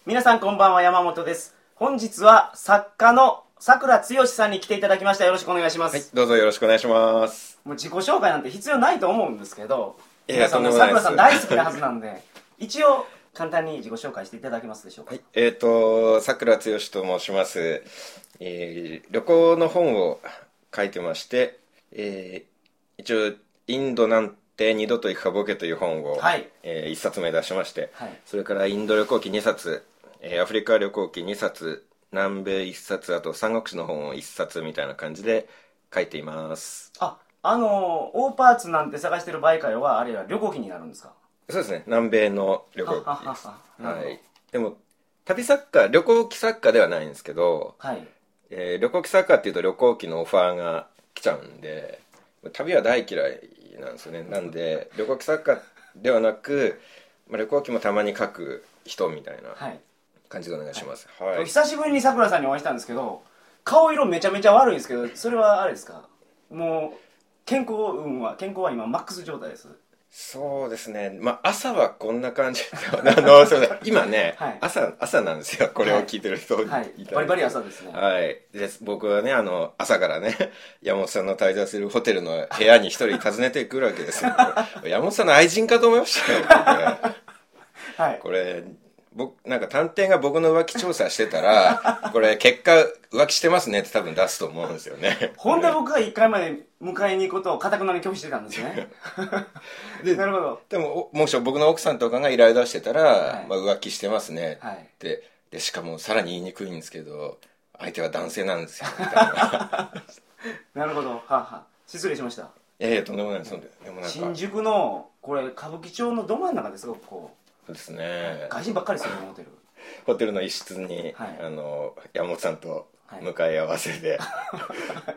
皆さんこんばんは、山本です。本日は作家の桜つよしさんに来ていただきました。よろしくお願いします。 はい、どうぞよろしくお願いします。 もう自己紹介なんて必要ないと思うんですけど、 皆さんも桜さん大好きなはずなんで一応簡単に自己紹介していただけますでしょうか。 はい、桜つよしと申します。旅行の本を書いてまして、一応インドなんて二度と行くかボケという本を、 はい 1冊目出しまして、 はい、 それからインド旅行記2冊、アフリカ旅行記2冊、南米1冊、あと三国志の本を1冊みたいな感じで書いています。 オーパーツなんて探してる場合かよはあれは旅行記になるんですか。 そうですね、南米の旅行記です。 はい。でも旅作家、旅行記作家ではないんですけど、 はい、 旅行記作家っていうと旅行記のオファーが来ちゃうんで、旅は大嫌いなんですよね。なんで旅行記作家ではなく、旅行記もたまに書く人みたいな感じでお願いします。 はいはい、 久しぶりに桜さんにお会いしたんですけど、顔色めちゃめちゃ悪いんですけど、それはあれですか。もう健康は今マックス状態です。 そうですね、朝はこんな感じ今ね、はい、朝なんですよ、これを聞いてる人、 バリバリ朝ですね。 はい、で僕はね、朝からね、山本さんの滞在するホテルの部屋に一人訪ねてくるわけですよ山本さんの愛人かと思いましたよはい、これなんか探偵が僕の浮気調査してたらこれ結果浮気してますねって多分出すと思うんですよねほんで僕が1回まで迎えに行くことを堅くなに拒否してたんですねなるほど。 でももし僕の奥さんとかが依頼出してたら、はい、浮気してますねって、はい、でしかもさらに言いにくいんですけど相手は男性なんですよみたいななるほど、はあはあ、失礼しました。 とんでもないです。でもなんか新宿のこれ歌舞伎町のど真ん中ですごくこうそうですね、 外人ばっかりするホテルホテルの一室に、はい、山本さんと向かい合わせで、 はい、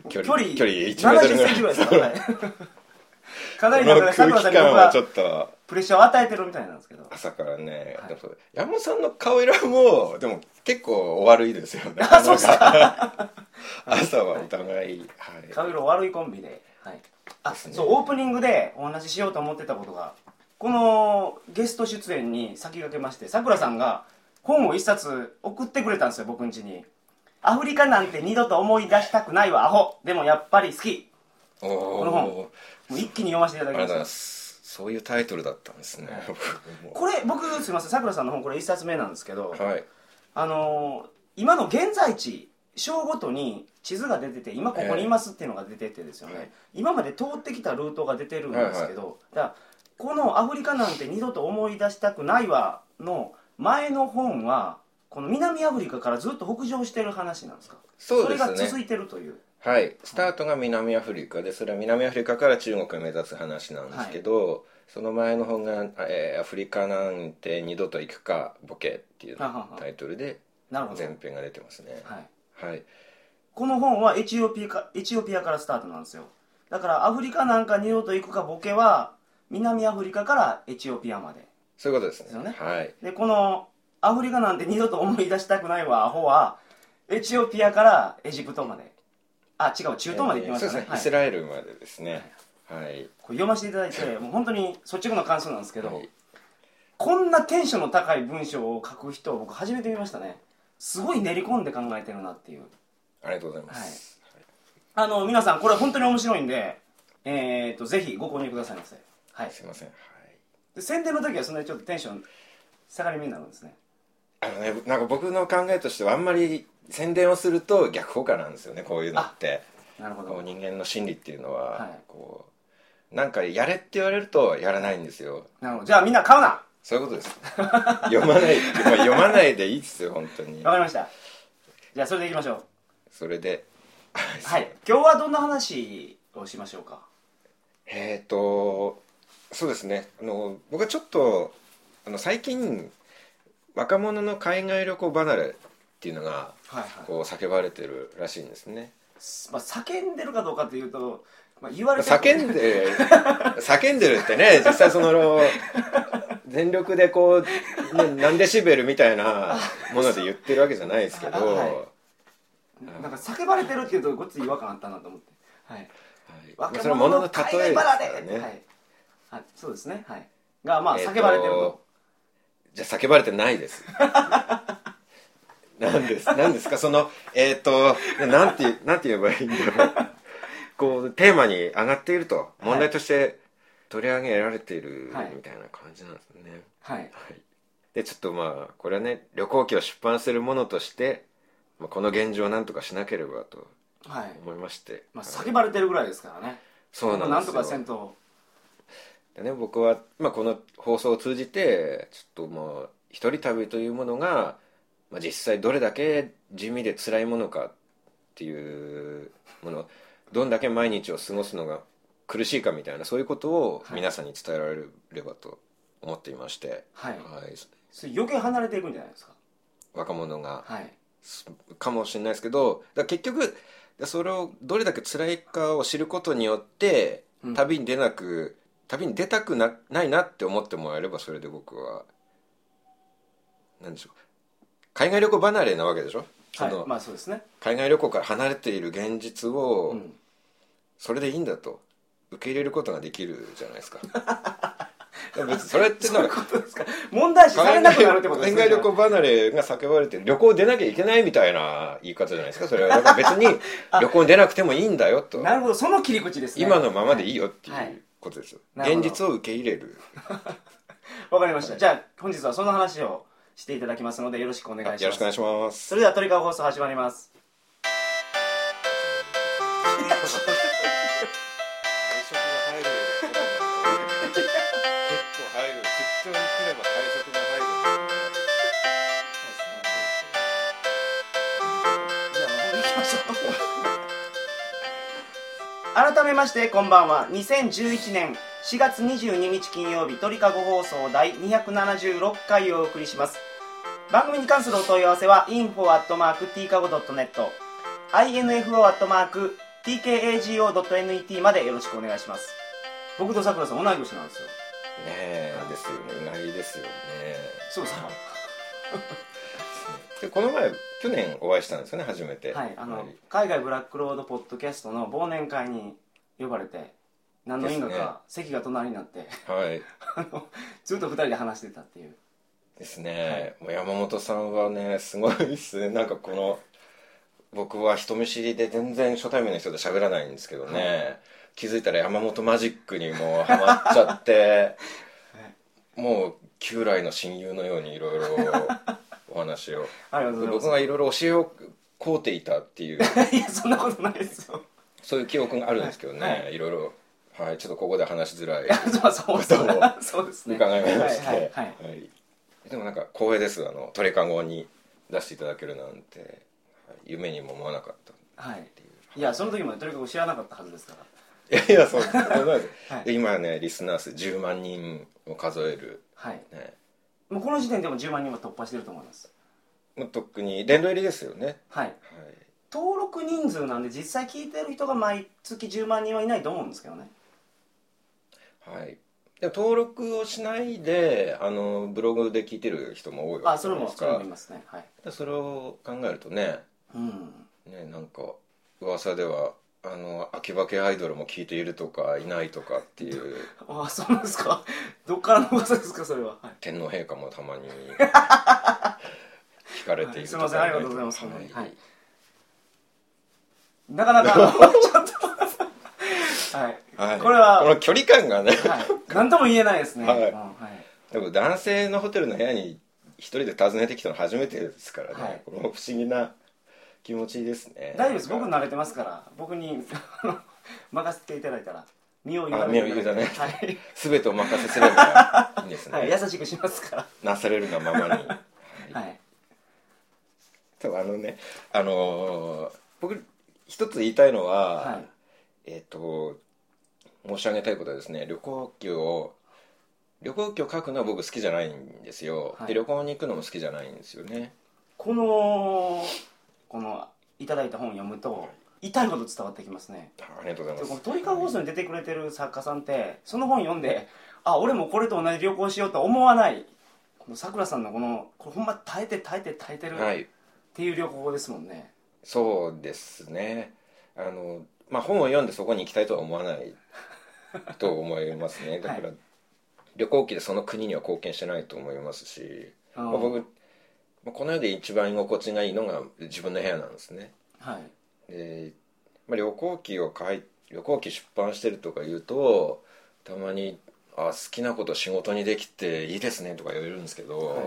距離1メートルぐらいですか、はい、かなりなんか桜さんに僕はちょっとプレッシャーを与えてるみたいなんですけど朝からね、はい、山本さんの顔色もでも結構お悪いですよねそうですか朝はお互い、はい、 顔色悪いコンビで、はい、そうオープニングでお話ししようと思ってたことが、このゲスト出演に先駆けまして桜さんが本を一冊送ってくれたんですよ、僕ん家に。アフリカなんて二度と思い出したくないわアホ、でもやっぱり好き。この本もう一気に読ませていただきました。 ありがとうございます。そういうタイトルだったんですね、はい、 これ僕すいません、桜さんの本これ一冊目なんですけど、 はい、 今の現在地章ごとに地図が出てて、今ここにいますっていうのが出ててですよね、今まで通ってきたルートが出てるんですけど、だからこのアフリカなんて二度と思い出したくないわの前の本はこの南アフリカからずっと北上してる話なんですか。 そうですね、 それが続いてるという。 はい、スタートが南アフリカで、それは南アフリカから中国を目指す話なんですけど、はい、その前の本が、アフリカなんて二度と行くかボケっていうタイトルで前編が出てますね。 はいはい、この本はエチオピアからスタートなんですよ。だからアフリカなんか二度と行くかボケは南アフリカからエチオピアまで。 そういうことですね。 ですよね。 はい。 でこのアフリカなんて二度と思い出したくないわアホはエチオピアからエジプトまで、違う、中東まで行きましたね。 そうですね、はい、イスラエルまでですね。はい。 これ読ませていただいてもう本当に率直な感想なんですけど、はい、こんなテンションの高い文章を書く人を僕初めて見ましたね。すごい練り込んで考えてるなっていう。 ありがとうございます。 はい、皆さんこれ本当に面白いんで、ぜひご購入くださいませ。はい。 すいません。はい。 で宣伝の時はそんなにちょっとテンション下がり目になるんですね。 なんか僕の考えとしてはあんまり宣伝をすると逆効果なんですよね、こういうのって。 なるほど。 人間の心理っていうのは、はい、こうなんかやれって言われるとやらないんですよ。 なるほど。じゃあみんな買うな。 そういうことです。読まないでいいですよ本当に。 わかりました。じゃあそれでいきましょう。 それではい。今日はどんな話をしましょうか。 そうですね。僕はちょっと最近若者の海外旅行離れっていうのがこう叫ばれてるらしいんですね。 叫んでるかどうかというと、言われて叫んでるってね、実際全力でこう、何デシベルみたいなもので言ってるわけじゃないですけど、はい、 なんか叫ばれてるっていうとごっつい違和感あったなと思って、はいはい、それはものの例えですからね。 はい、そうですね、はい、が叫ばれてると。 じゃあ叫ばれてないですなんですかそのなんて言えばいいんだろうこうテーマに上がっていると問題として取り上げられているみたいな感じなんですね。 はい、はい、 でちょっとまあこれはね旅行記を出版するものとして、この現状をなんとかしなければと思いまして、 叫ばれてるぐらいですからね。 そうなんですよ。 なんとかせんと。 でね、僕は、この放送を通じてちょっと一人旅というものが、実際どれだけ地味で辛いものかっていうもの、どんだけ毎日を過ごすのが苦しいかみたいな、そういうことを皆さんに伝えられればと思っていまして、 はい、それ余計離れていくんじゃないですか、 若者が、 はい、 かもしれないですけど、だ結局それをどれだけ辛いかを知ることによって、旅に出たくないなって思ってもらえれば、それで僕は何でしょう、海外旅行離れなわけでしょ。 そうですね。 海外旅行から離れている現実を、それでいいんだと受け入れることができるじゃないですか別にそれってそういうことですか。問題視されなくなるってことですね。 海外旅行離れが叫ばれて、旅行出なきゃいけないみたいな言い方じゃないですか。それはだから別に旅行に出なくてもいいんだよとなるほど、その切り口ですね。 今のままでいいよっていうことですよ、現実を受け入れるわかりました、じゃあ本日はその話をしていただきますのでよろしくお願いします。 よろしくお願いします。 それでは鳥かご放送始まります。改めましてこんばんは。2011年4月22日金曜日、鳥かご放送第276回をお送りします。番組に関するお問い合わせは info@tkago.net info@tkago.net までよろしくお願いします。僕とさくらさん同い年なんですよ。 ねえ、ですよね、意外ですよね。 そうですかでこの前去年お会いしたんですよね、初めて。 海外ブラックロードポッドキャストの忘年会に呼ばれて、何の因果か席が隣になって、ずっと2人で話してたっていうですね。もう山本さんはねすごいですね。なんか僕は人見知りで全然初対面の人と喋らないんですけどね、気づいたら山本マジックにもハマっちゃってもう旧来の親友のようにいろいろお話を僕がいろいろ教えを請うていたっていういやそんなことないですよ。 そういう記憶があるんですけどね、いろいろ、ちょっとここで話しづらいそうですね、 伺いまして、でもなんか光栄です。鳥かごに出していただけるなんて、夢にも思わなかったっていう、 いやその時まで鳥かご知らなかったはずですから。 いやそうです、今はねリスナー数10万人を数える、 もうこの時点でも10万人は突破してると思います。 特に殿堂入りですよね。 登録人数なんで実際聞いてる人が毎月10万人はいないと思うんですけどね。 でも登録をしないでブログで聞いてる人も多いわけじゃないですか。 それもいますね。 それを考えるとね、なんか噂では秋葉系アイドルも聞いているとかいないとかっていうそうなんですか。どっからの噂ですかそれは。 天皇陛下もたまに聞かれているすみません、ありがとうございます。なかなかちょっとこれはこの距離感がね何とも言えないですね。 でも男性のホテルの部屋に一人で訪ねてきたの初めてですからね、この不思議な気持ちですね。 大丈夫です、僕慣れてますから、僕に任せていただいたら身を委ねて全てお任せすればいいんですね。 優しくしますからなされるがままに。多分僕一つ言いたいのは、申し上げたいことはですね、旅行記を書くのは僕好きじゃないんですよ、で旅行に行くのも好きじゃないんですよね。 このいただいた本を読むと痛いほど伝わってきますね。 ありがとうございます。 鳥かご放送に出てくれてる作家さんってその本読んで俺もこれと同じ旅行しようと思わない、このさくらさんのこれほんま耐えてるっていう旅行ですもんね。 そうですね。本を読んでそこに行きたいとは思わないと思いますね。だから旅行記でその国には貢献してないと思いますし、僕この世で一番居心地がいいのが自分の部屋なんですね。 はい。 で、旅行記出版してるとか言うとたまに好きなこと仕事にできていいですねとか言われるんですけど、はい、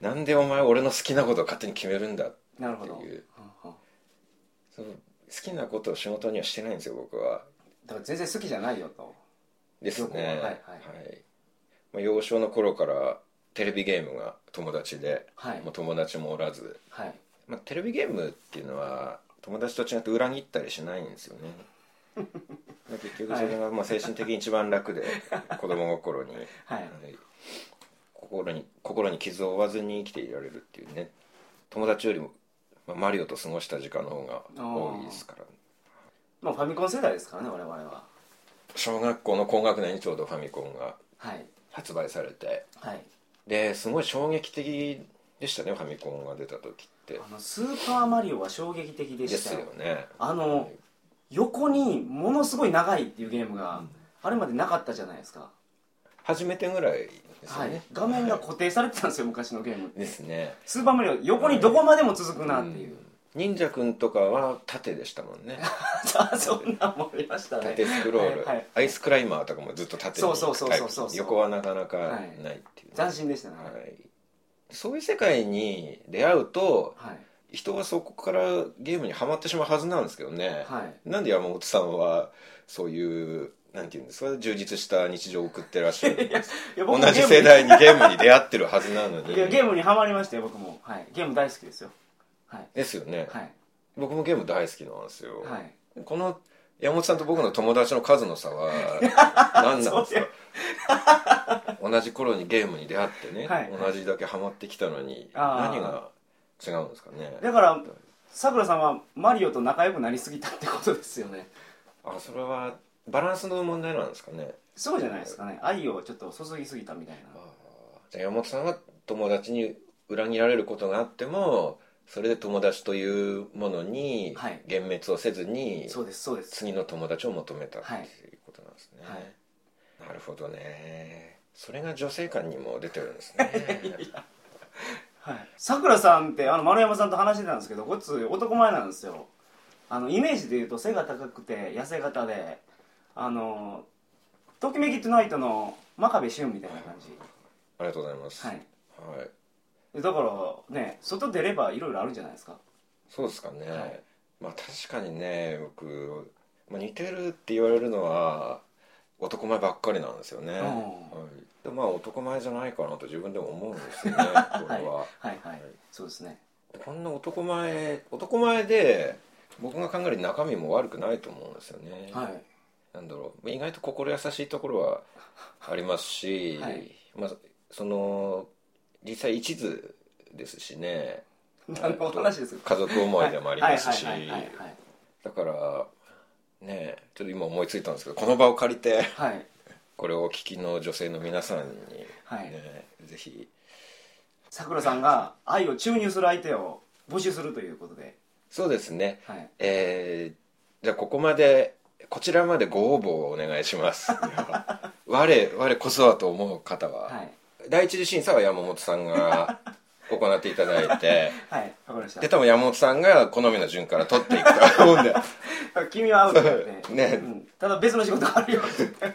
なんでお前俺の好きなことを勝手に決めるんだっていう。そう、好きなことを仕事にはしてないんですよ僕は。 だから全然好きじゃないよと。 ですね。はい、 はいはい。幼少の頃からテレビゲームが友達で、 はい、 もう友達もおらず、 はい、 テレビゲームっていうのは友達と違って裏に行ったりしないんですよね。結局それが精神的に一番楽で子供心に、はい、心に傷を負わずに生きていられるっていうね。友達よりも、マリオと過ごした時間の方が多いですから。 ファミコン世代ですからね我々は。 小学校の高学年にちょうどファミコンが発売されて、はい、ですごい衝撃的でしたねファミコンが出た時って。 スーパーマリオは衝撃的でしたよ。 ですよね。 横にものすごい長いっていうゲームがあれまでなかったじゃないですか。 初めてぐらいですよね、はい、 画面が固定されてたんですよ昔のゲームですね。 スーパーマリオ横にどこまでも続くなっていう、 忍者くんとかは縦でしたもんね。 そんなもんありましたね。 縦スクロール、はいはい、アイスクライマーとかもずっと縦に行くタイプ、横はなかなかないっていう、はい、 斬新でしたね、はい、 そういう世界に出会うと、はい、人はそこからゲームにはまってしまうはずなんですけどね、はい、なんで山本さんはそういうなんていうんですか、充実した日常を送ってらっしゃるんです同じ世代にゲームに出会ってるはずなのに。 いやゲームにはまりましたよ僕も、はい、ゲーム大好きですよ、はい、 ですよね、 はい、 僕もゲーム大好きなんですよ、はい、この山本さんと僕の友達の数の差は何なんですか同じ頃にゲームに出会ってね、はい、同じだけハマってきたのに何が違うんですかね。 だからさくらさんはマリオと仲良くなりすぎたってことですよね。 それはバランスの問題なんですかね。 そうじゃないですかね。愛をちょっと注ぎすぎたみたいな。 じゃあ山本さんは友達に裏切られることがあってもそれで友達というものに幻滅をせずに、 そうですそうです、 次の友達を求めたっていうことなんですね、はい、なるほどね。それが女性観にも出てるんですねはい、さくらさんって丸山さんと話してたんですけどこいつ男前なんですよ。イメージでいうと背が高くて痩せ型でときめきトゥナイトの真壁俊みたいな感じ。 ありがとうございます。はい、はい、 だからね外出ればいろいろあるんじゃないですか。 そうですかね、はい、確かにね僕、似てるって言われるのは男前ばっかりなんですよね、はい、で男前じゃないかなと自分でも思うんですよねこれははいはいはい、そうですね。 こんな男前で僕が考える中身も悪くないと思うんですよね、はい、なんだろう、意外と心優しいところはありますし、はい、その実際一途ですしね。 何の話ですか。 家族思いでもありますし、だからねちょっと今思いついたんですけどこの場を借りて、はい、これをお聞きの女性の皆さんに、ね、はい、ぜひさくらさんが愛を注入する相手を募集するということで。 そうですね、はい、じゃあこちらまでご応募をお願いします我こそはと思う方は、はい、第一次審査は山本さんが行っていただいてはい、わかりました。 で多分山本さんが好みの順から取っていくと思うんで君はアウトだってね、うん、ただ別の仕事があるよ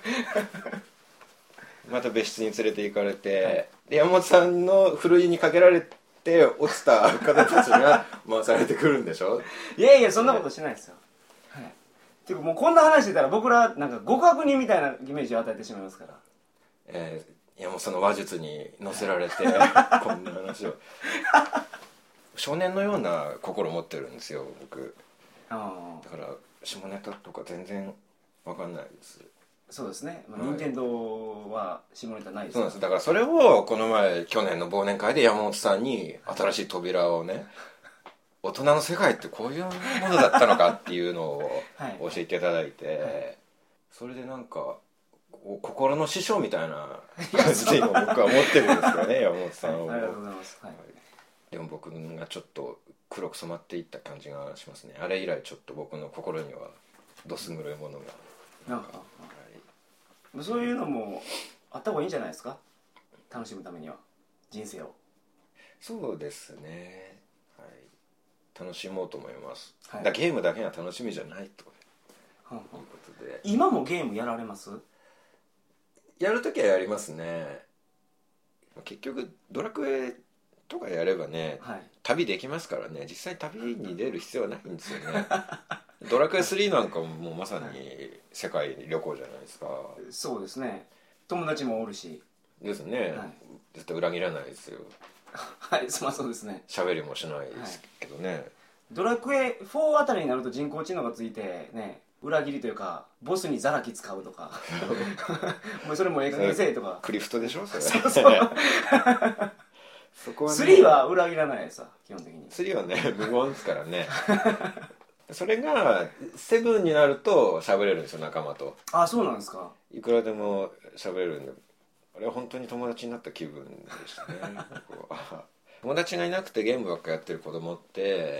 また別室に連れて行かれて、はい、で山本さんのふるいにかけられて落ちた方たちが回されてくるんでしょいやいやそんなことしないですよ、はい、っていうかもうこんな話してたら僕らなんか極悪人みたいなイメージを与えてしまいますから、 いやもうその話術に乗せられてこんな話を少年のような心を持ってるんですよ僕。だから下ネタとか全然分かんないです。 そうですね、任天堂は下ネタないです。 そうなんです。だからそれをこの前去年の忘年会で山本さんに新しい扉をね大人の世界ってこういうものだったのかっていうのを教えていただいて、はい、それでなんか心の師匠みたいな感じで今僕は思ってるんですよね山本さんを、 はい、ありがとうございます、はい、 でも僕がちょっと黒く染まっていった感じがしますね。あれ以来ちょっと僕の心にはどす黒いものがなんか、 そういうのもあった方がいいんじゃないですか、楽しむためには人生を。 そうですね、はい、楽しもうと思います、 はい、 ゲームだけが楽しみじゃないということで。 今もゲームやられます？ やるときはやりますね。結局ドラクエとかやればね、はい、旅できますからね、実際旅に出る必要はないんですよねドラクエ3なんかもうまさに世界旅行じゃないですか。 そうですね、友達もおるしですね、はい、絶対裏切らないですよはい、そうですね、 喋りもしないですけどね、はい、 ドラクエ4あたりになると人工知能がついてね、裏切りというかボスにザラキ使うとかお前それもええ加減にせえとか、 クリフトでしょそれそうそこはね、 3は裏切らないですわ基本的に。 3はね無言ですからねそれが7になると喋れるんですよ、仲間と。 あ、そうなんですか。 いくらでも喋れるんで、あれは本当に友達になった気分でしたね友達がいなくてゲームばっかやってる子供って、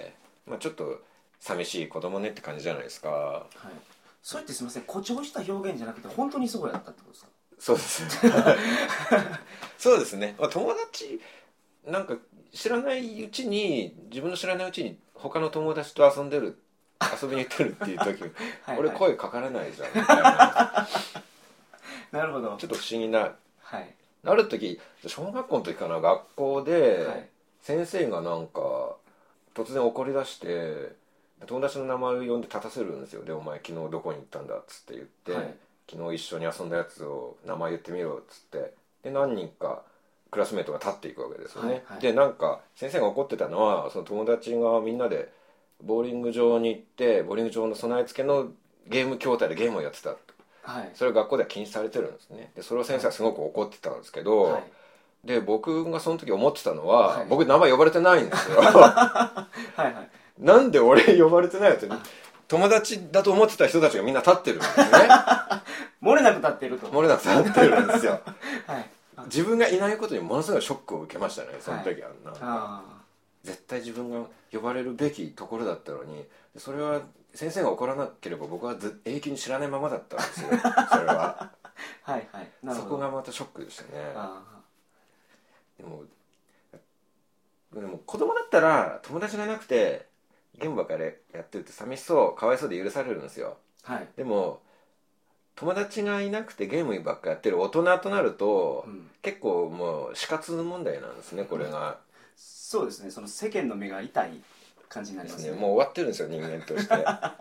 まあ、ちょっと寂しい子供ねって感じじゃないですか。はい、 それってすみません、誇張した表現じゃなくて本当にそうやったってことですか？ そうですそうですね、まあ、友達なんか知らないうちに、自分の知らないうちに他の友達と遊びに行ってるっていう時はい、はい、俺声かからないじゃんみたいななるほど、 ちょっと不思議な、 はい、 ある時小学校の時かな、学校で先生がなんか突然怒り出して、友達の名前を呼んで立たせるんですよ。で、お前昨日どこに行ったんだっつって言って、はい、昨日一緒に遊んだやつを名前言ってみろっつって、で何人かクラスメートが立っていくわけですよね、はいはい、でなんか先生が怒ってたのは、その友達がみんなでボーリング場に行って、ボーリング場の備え付けのゲーム筐体でゲームをやってた、はい、それが学校では禁止されてるんですね。でそれを先生はすごく怒ってたんですけど、はい、で僕がその時思ってたのは、はい、僕名前呼ばれてないんですよはい、はい、なんで俺呼ばれてないって、友達だと思ってた人たちがみんな立ってるんですね漏れなく立ってると、 漏れなく立ってるんですよはい、自分がいないことにものすごいショックを受けましたね、その時は。なんか絶対自分が呼ばれるべきところだったのに、それは先生が怒らなければ僕は永久に知らないままだったんですよそれははい、はい、なるほど、そこがまたショックでしたね。でも子供だったら友達がいなくてゲームばっかりやってるって寂しそう、かわいそうで許されるんですよ、はい、でも友達がいなくてゲームばっかやってる大人となると、結構もう死活問題なんですね、これが。 そうですね、その世間の目が痛い感じになりますね。 もう終わってるんですよ、人間としてはい、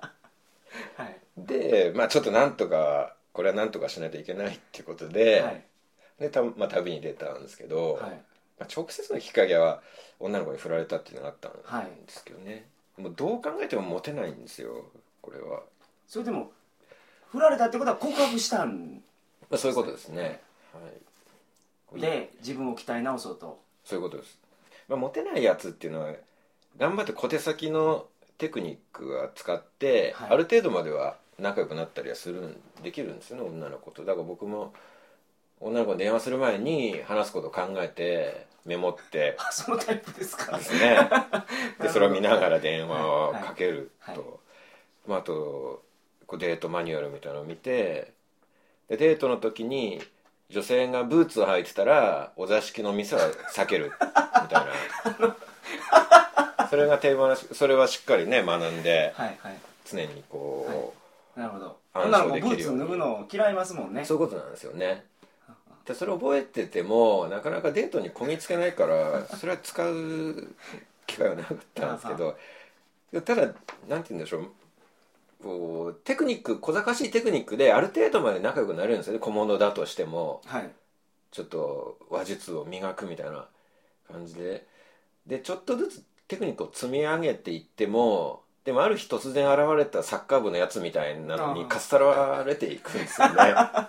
で、まあちょっとなんとかこれはなんとかしないといけないっていうことで、はい、でまあ、旅に出たんですけど、はい、まあ、直接のきっかけは女の子に振られたっていうのがあったんですけどね、はい、もうどう考えてもモテないんですよ、これは。 それでも振られたってことは告白したん、 まあ、そういうことですね、 はい、で自分を鍛え直そうと。 そういうことです。まあ、モテないやつっていうのは頑張って小手先のテクニックは使って、はい、ある程度までは仲良くなったりはできるんですよね、女の子と。だから僕も女の子に電話する前に話すことを考えてメモってそのタイプですかですねでそれを見ながら電話をかけると、はいはい、まあ、あとデートマニュアルみたいなのを見て、でデートの時に女性がブーツを履いてたらお座敷の店は避けるみたいなそれが定番らしく、それはしっかりね学んで、はいはい、常にこう、はい、なるほど。暗唱できるように。ブーツ脱ぐの嫌いますもんね。 そういうことなんですよね。でそれ覚えててもなかなかデートにこぎつけないからそれは使う機会はなかったんですけどただなんて言うんでしょう、こうテクニック、小賢しいテクニックである程度まで仲良くなれるんですよね、小物だとしても、はい、ちょっと話術を磨くみたいな感じで、ちょっとずつテクニックを積み上げていっても、でもある日突然現れたサッカー部のやつみたいなのにかっさられていくんですよねはい、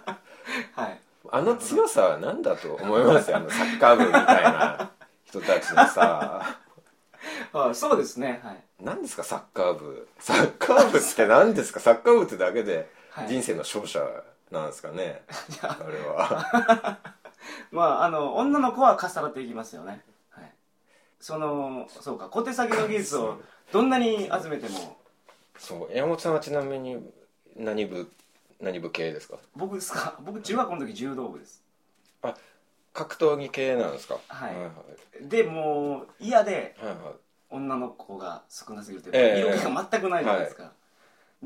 あの強さは何だと思いますよ、サッカー部みたいな人たちのさあ、そうですね、はい、 何ですかサッカー部って何ですかサッカー部ってだけで人生の勝者なんですかね、はい、あれはまあ女の子はかっさらっていきますよね、はい、そうか、小手先の技術をどんなに集めてもそう。山本さんはちなみに何部系ですか？ 僕ですか？僕中学校の時柔道部です。 あ、格闘技系なんですか。 はい、 はいはい、 でもう嫌で、 はいはい、 女の子が少なすぎるというか、色気が全くないじゃないですか、はい、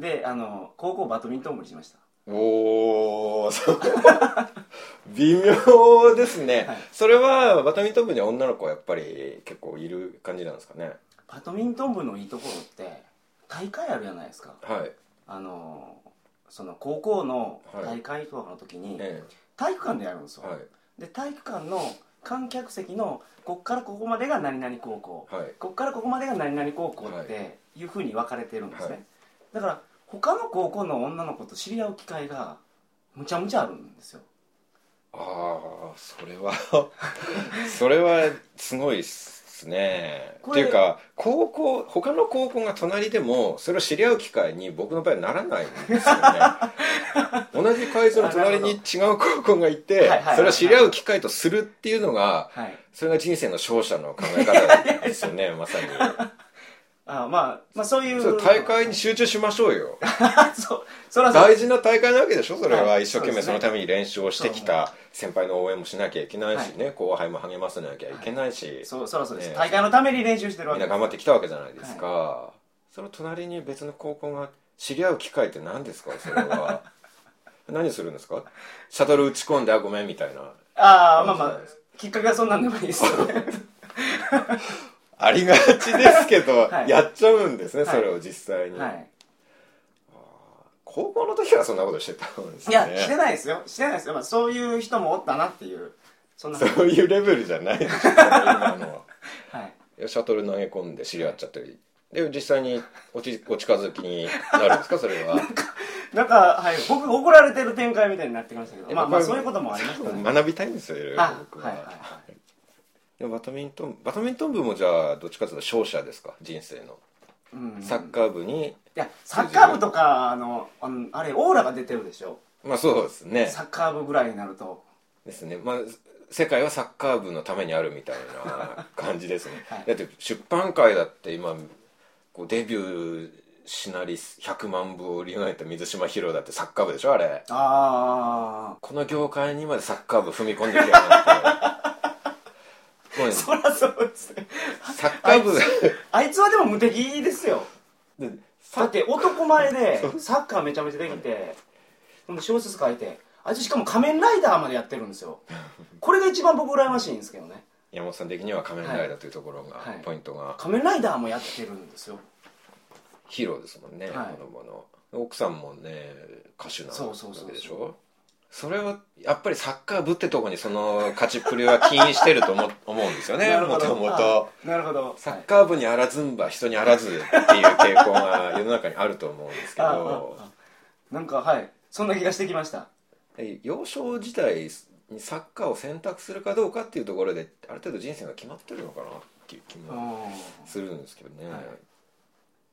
で高校バドミントン部にしました。 おお微妙ですね、はい、それはバドミントン部には女の子はやっぱり結構いる感じなんですかね。 バドミントン部のいいところって大会あるじゃないですか。 はい、 その高校の大会とかの時に体育館でやるんですよ、はい、で体育館の観客席のこっからここまでが何々高校、はい、こっからここまでが何々高校っていうふうに分かれてるんですね、はい、だから他の高校の女の子と知り合う機会がむちゃむちゃあるんですよ。 ああ、それはそれはすごいっすね。っていうか他の高校が隣でもそれを知り合う機会に僕の場合はならないんですよね同じ会場の隣に違う高校がいてそれを知り合う機会とするっていうのが、はい、それが人生の勝者の考え方ですよねまさにまあそういう大会に集中しましょうよそら大事な大会なわけでしょそれは。一生懸命そのために練習をしてきた先輩の応援もしなきゃいけないしね、はい、後輩も励まさなきゃいけないし、はい、 そらそうです、ね、大会のために練習してるわけです。 みんな頑張ってきたわけじゃないですか、はい、その隣に別の高校が知り合う機会って何ですかそれは何するんですか。シャトル打ち込んでごめんみたいな。 まあきっかけはそんなんでもいいですよねありがちですけど、はい、やっちゃうんですね、はい、それを実際に、はい、高校の時はそんなことしてたんですね。 いやしてないですよ、まあ、そういう人もおったなっていうそういうレベルじゃないですよ、ね、今のはい、シャトル投げ込んで知り合っちゃったりで実際にお近づきになるんですかそれはなんか、はい、僕怒られてる展開みたいになってきましたけど、まあそういうこともありましたね。 学びたいんですよ僕は、はいはいはい、でもバドミントン部もじゃあどっちかというと勝者ですか人生の、サッカー部に。いやサッカー部とかあれオーラが出てるでしょ。 まあそうですね、 サッカー部ぐらいになるとですね。まあ世界はサッカー部のためにあるみたいな感じですね、はい、だって出版界だって今こうデビューシナリ100万部を売り上げた水島ヒロだってサッカー部でしょあれ。この業界にまでサッカー部踏み込んできやがってそりゃそうですね。 サッカー部あいつはでも無敵ですよ。だって男前でサッカーめちゃめちゃできてほんで小説書いてあいつしかも仮面ライダーまでやってるんですよ。これが一番僕羨ましいんですけどね。 山本さん的には仮面ライダーというところが、はい、ポイントが。 仮面ライダーもやってるんですよ。 ヒーローですもんね、はい、子供の奥さんもね歌手なわけでしょ。それはやっぱりサッカー部ってとこにその勝ちっぷりは起因してると思うんですよねもともと。 なるほど。 サッカー部にあらずんば人にあらずっていう傾向が世の中にあると思うんですけどなんかはいそんな気がしてきました。 幼少時代にサッカーを選択するかどうかっていうところである程度人生が決まってるのかなっていう気もするんですけどね、はい、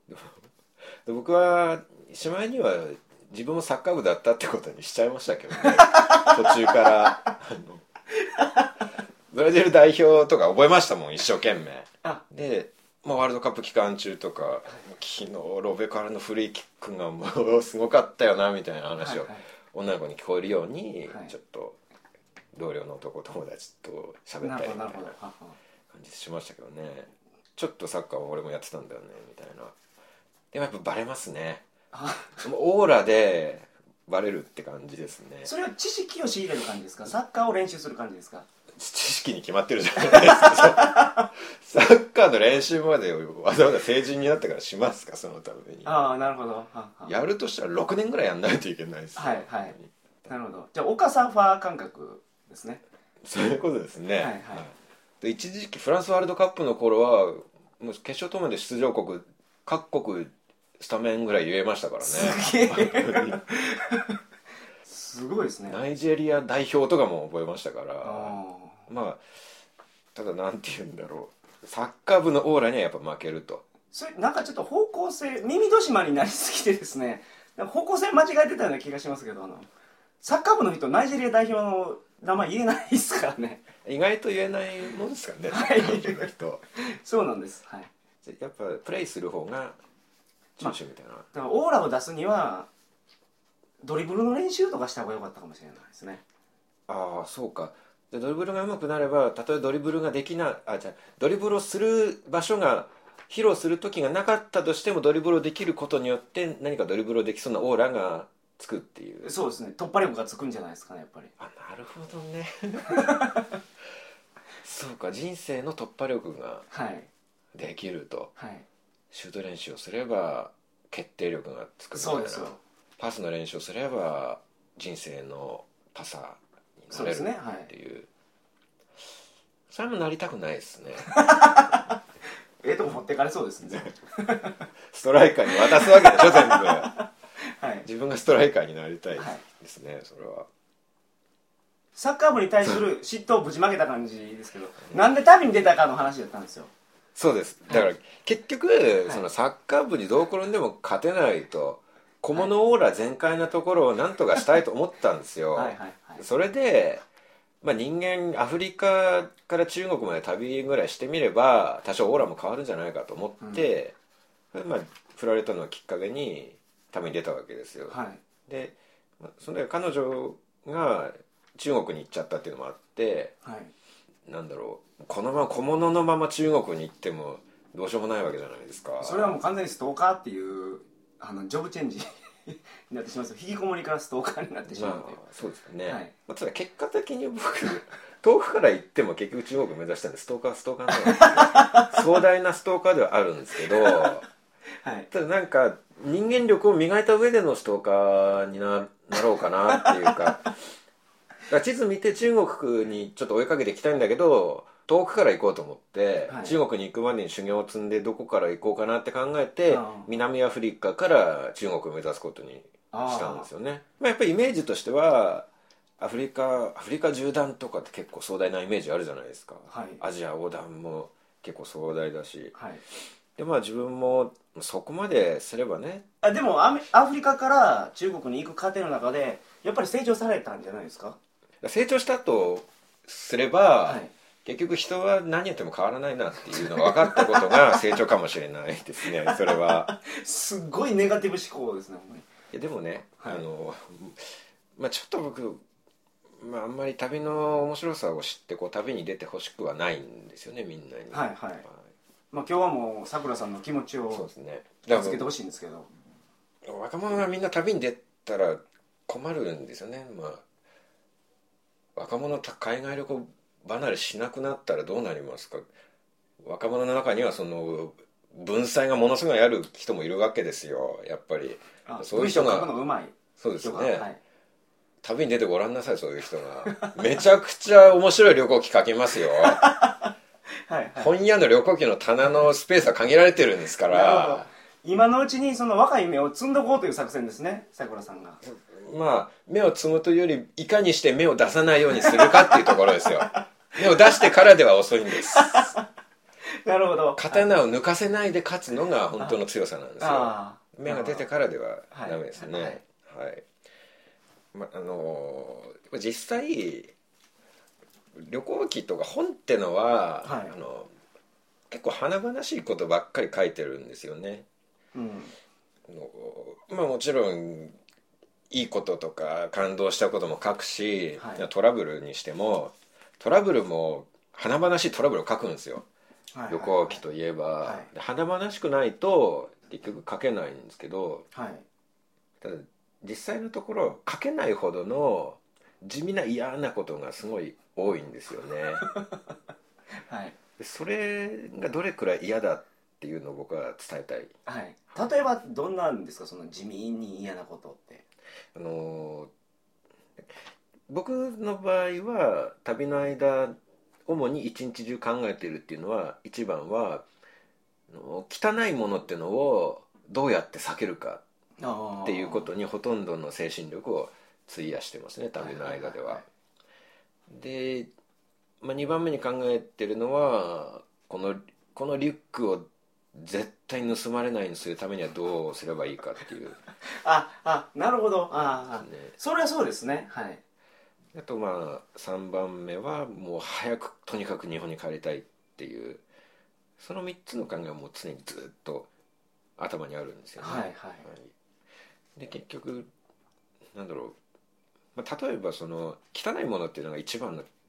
で僕はしまいには自分もサッカー部だったってことにしちゃいましたけどね途中からブラジル代表とか覚えましたもん一生懸命で、ワールドカップ期間中とか昨日ロベカルのフリーキックがもうすごかったよなみたいな話を女の子に聞こえるようにちょっと同僚の男友達と喋ったりみたいな感じしましたけどね。ちょっとサッカーは俺もやってたんだよねみたいな。でもやっぱバレますね。オーラでバレるって感じですね。 それは知識を仕入れる感じですかサッカーを練習する感じですか。 知識に決まってるじゃないですかサッカーの練習までわざわざ成人になってからしますかそのために。 なるほど。 やるとしたら6年ぐらいやんないといけないですよ。 はいはいなるほど。じゃあ岡サーファー感覚ですね。 そういうことですね、はいはい、 で一時期フランスワールドカップの頃はもう決勝トーナメント出場国各国スタメンぐらい言えましたからね。 すげえすごいですね。 ナイジェリア代表とかも覚えましたからまあただなんて言うんだろうサッカー部のオーラにはやっぱ負けると。 それなんかちょっと方向性耳戸島になりすぎてですね方向性間違えてたような気がしますけどサッカー部の人ナイジェリア代表の名前言えないですからね。 意外と言えないもんですかね、 はい、そうなんです、はい、 やっぱプレイする方が中心みたいな、だからオーラを出すにはドリブルの練習とかした方が良かったかもしれないですね。 ああそうか。 でドリブルが上手くなれば、たとえドリブルができなじゃあドリブルをする場所が披露する時がなかったとしても、ドリブルをできることによって何かドリブルをできそうなオーラがつくっていう。 そうですね、突破力がつくんじゃないですかね、やっぱり。 なるほどねそうか、人生の突破力ができると、 はい、 シュート練習をすれば決定力がつくみたいな。そうですよ。パスの練習をすれば人生のパサーになれるっていう。それもなりたくないですねとこ持ってかれそうですねストライカーに渡すわけでしょ全部、 はい、 自分がストライカーになりたいですね、それは。 サッカー部に対する嫉妬をぶちまけた感じですけどなんで旅に出たかの話だったんですよ。 そうです。だから結局、そのサッカー部にどう転んでも勝てないと、小物オーラ全開なところを何とかしたいと思ったんですよ。それで、人間アフリカから中国まで旅ぐらいしてみれば多少オーラも変わるんじゃないかと思って、振られたのをきっかけに旅に出たわけですよ。でそれで彼女が中国に行っちゃったっていうのもあって、なんだろう、このまま小物のまま中国に行ってもどうしようもないわけじゃないですか。 それはもう完全にストーカーっていうジョブチェンジになってしまうんですよ。引きこもりからストーカーになってしまうという、 そうですね、ただ結果的に僕遠くから行っても結局中国を目指したんでストーカーなんです壮大なストーカーではあるんですけど、ただなんか人間力を磨いた上でのストーカーに なろうかなっていうか地図見て中国にちょっと追いかけていきたいんだけど、遠くから行こうと思って、中国に行くまでに修行を積んでどこから行こうかなって考えて、南アフリカから中国を目指すことにしたんですよね。やっぱりイメージとしてはアフリカ縦断とかって結構壮大なイメージあるじゃないですか、アジア横断も結構壮大だし、で自分もそこまですればね。 でもアフリカから中国に行く過程の中でやっぱり成長されたんじゃないですか。 成長したとすれば、結局人は何やっても変わらないなっていうのが分かったことが成長かもしれないですねそれはすっごいネガティブ思考ですね。 でもね、ちょっと僕、あんまり旅の面白さを知って旅に出てほしくはないんですよね、みんなに。今日はもうさくらさんの気持ちをつけてほしいんですけど、 若者がみんな旅に出たら困るんですよね。若者海外旅行離れしなくなったらどうなりますか。若者の中にはその文才がものすごいある人もいるわけですよ、やっぱり。そういう人がそうですね、旅に出てごらんなさい。そういう人がめちゃくちゃ面白い旅行記書けますよ本屋の旅行記の棚のスペースは限られてるんですから、 今のうちにその若い芽を摘んどこうという作戦ですね、さくらさんが。 芽を摘むというよりいかにして芽を出さないようにするかっていうところですよ芽を出してからでは遅いんですなるほど。 刀を抜かせないで勝つのが本当の強さなんですよ。芽が出てからではダメですね。実際旅行記とか本ってのは、結構華々しいことばっかり書いてるんですよね。もちろんいいこととか感動したことも書くし、トラブルにしても華々しいトラブルを書くんですよ、旅行記といえば。華々しくないと結局書けないんですけど、ただ実際のところ書けないほどの地味な嫌なことがすごい多いんですよねそれがどれくらい嫌だっていうのを僕は伝えたい。 例えばどんなんですか、その地味に嫌なことって。 僕の場合は旅の間主に一日中考えてるっていうのは、一番は汚いものっていうのをどうやって避けるかっていうことにほとんどの精神力を費やしてますね、旅の間では。で、2番目に考えてるのはこのリュックを絶対盗まれないようにするためにはどうすればいいかっていうなるほど。それはそうですね。 あと3番目はもう早くとにかく日本に帰りたいっていう、その3つの考えはもう常にずっと頭にあるんですよね。で結局なんだろう、例えばその汚いものっていうのが一番の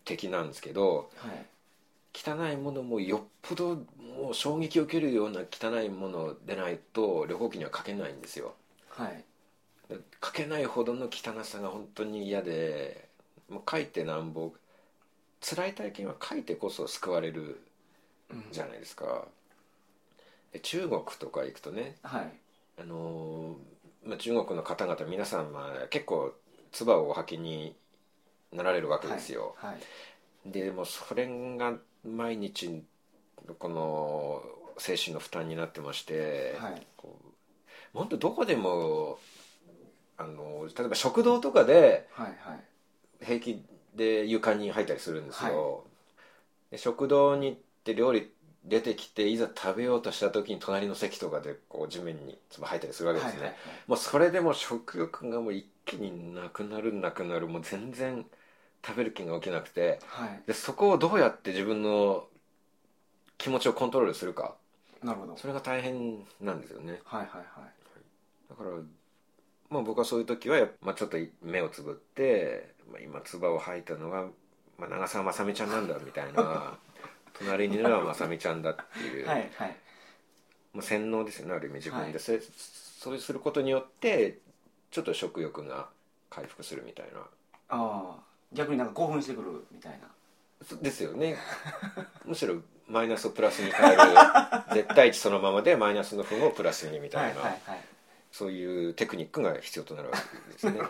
敵なんですけど、 はい、 汚いものもよっぽどもう衝撃を受けるような汚いものでないと旅行機には書けないんですよ。 はい、 書けないほどの汚さが本当に嫌で、もう書いてなんぼ、辛い体験は書いてこそ救われるじゃないですか。で中国とか行くとね、 はい、 中国の方々皆さん、結構唾をお吐きになられるわけですよ、 はいはい、 でもそれが毎日この精神の負担になってまして、 はい、 本当どこでも例えば食堂とかではいはい、 平気で床に吐いたりするんですよ、 はい、 で食堂に行って料理出てきていざ食べようとした時に隣の席とかでこう地面に唾吐いたりするわけですね、 はいはいはい、 もうそれでも食欲がもう一気になくなるもう全然食べる気が起きなくて、 はい、 でそこをどうやって自分の気持ちをコントロールするか、 なるほど、 それが大変なんですよね。 はいはいはい、 だから僕はそういう時はちょっと目をつぶって、今唾を吐いたのは、長澤まさみちゃんなんだみたいな隣にいるのはまさみちゃんだっていうはいはい、 洗脳ですよね、ある意味自分で、 はい、 そうすることによってちょっと食欲が回復するみたいな。 ああ、逆になんか興奮してくるみたいな。 ですよねむしろマイナスをプラスに変える絶対値そのままでマイナスの分をプラスにみたいな、 はいはいはい、 そういうテクニックが必要となるわけですねはい、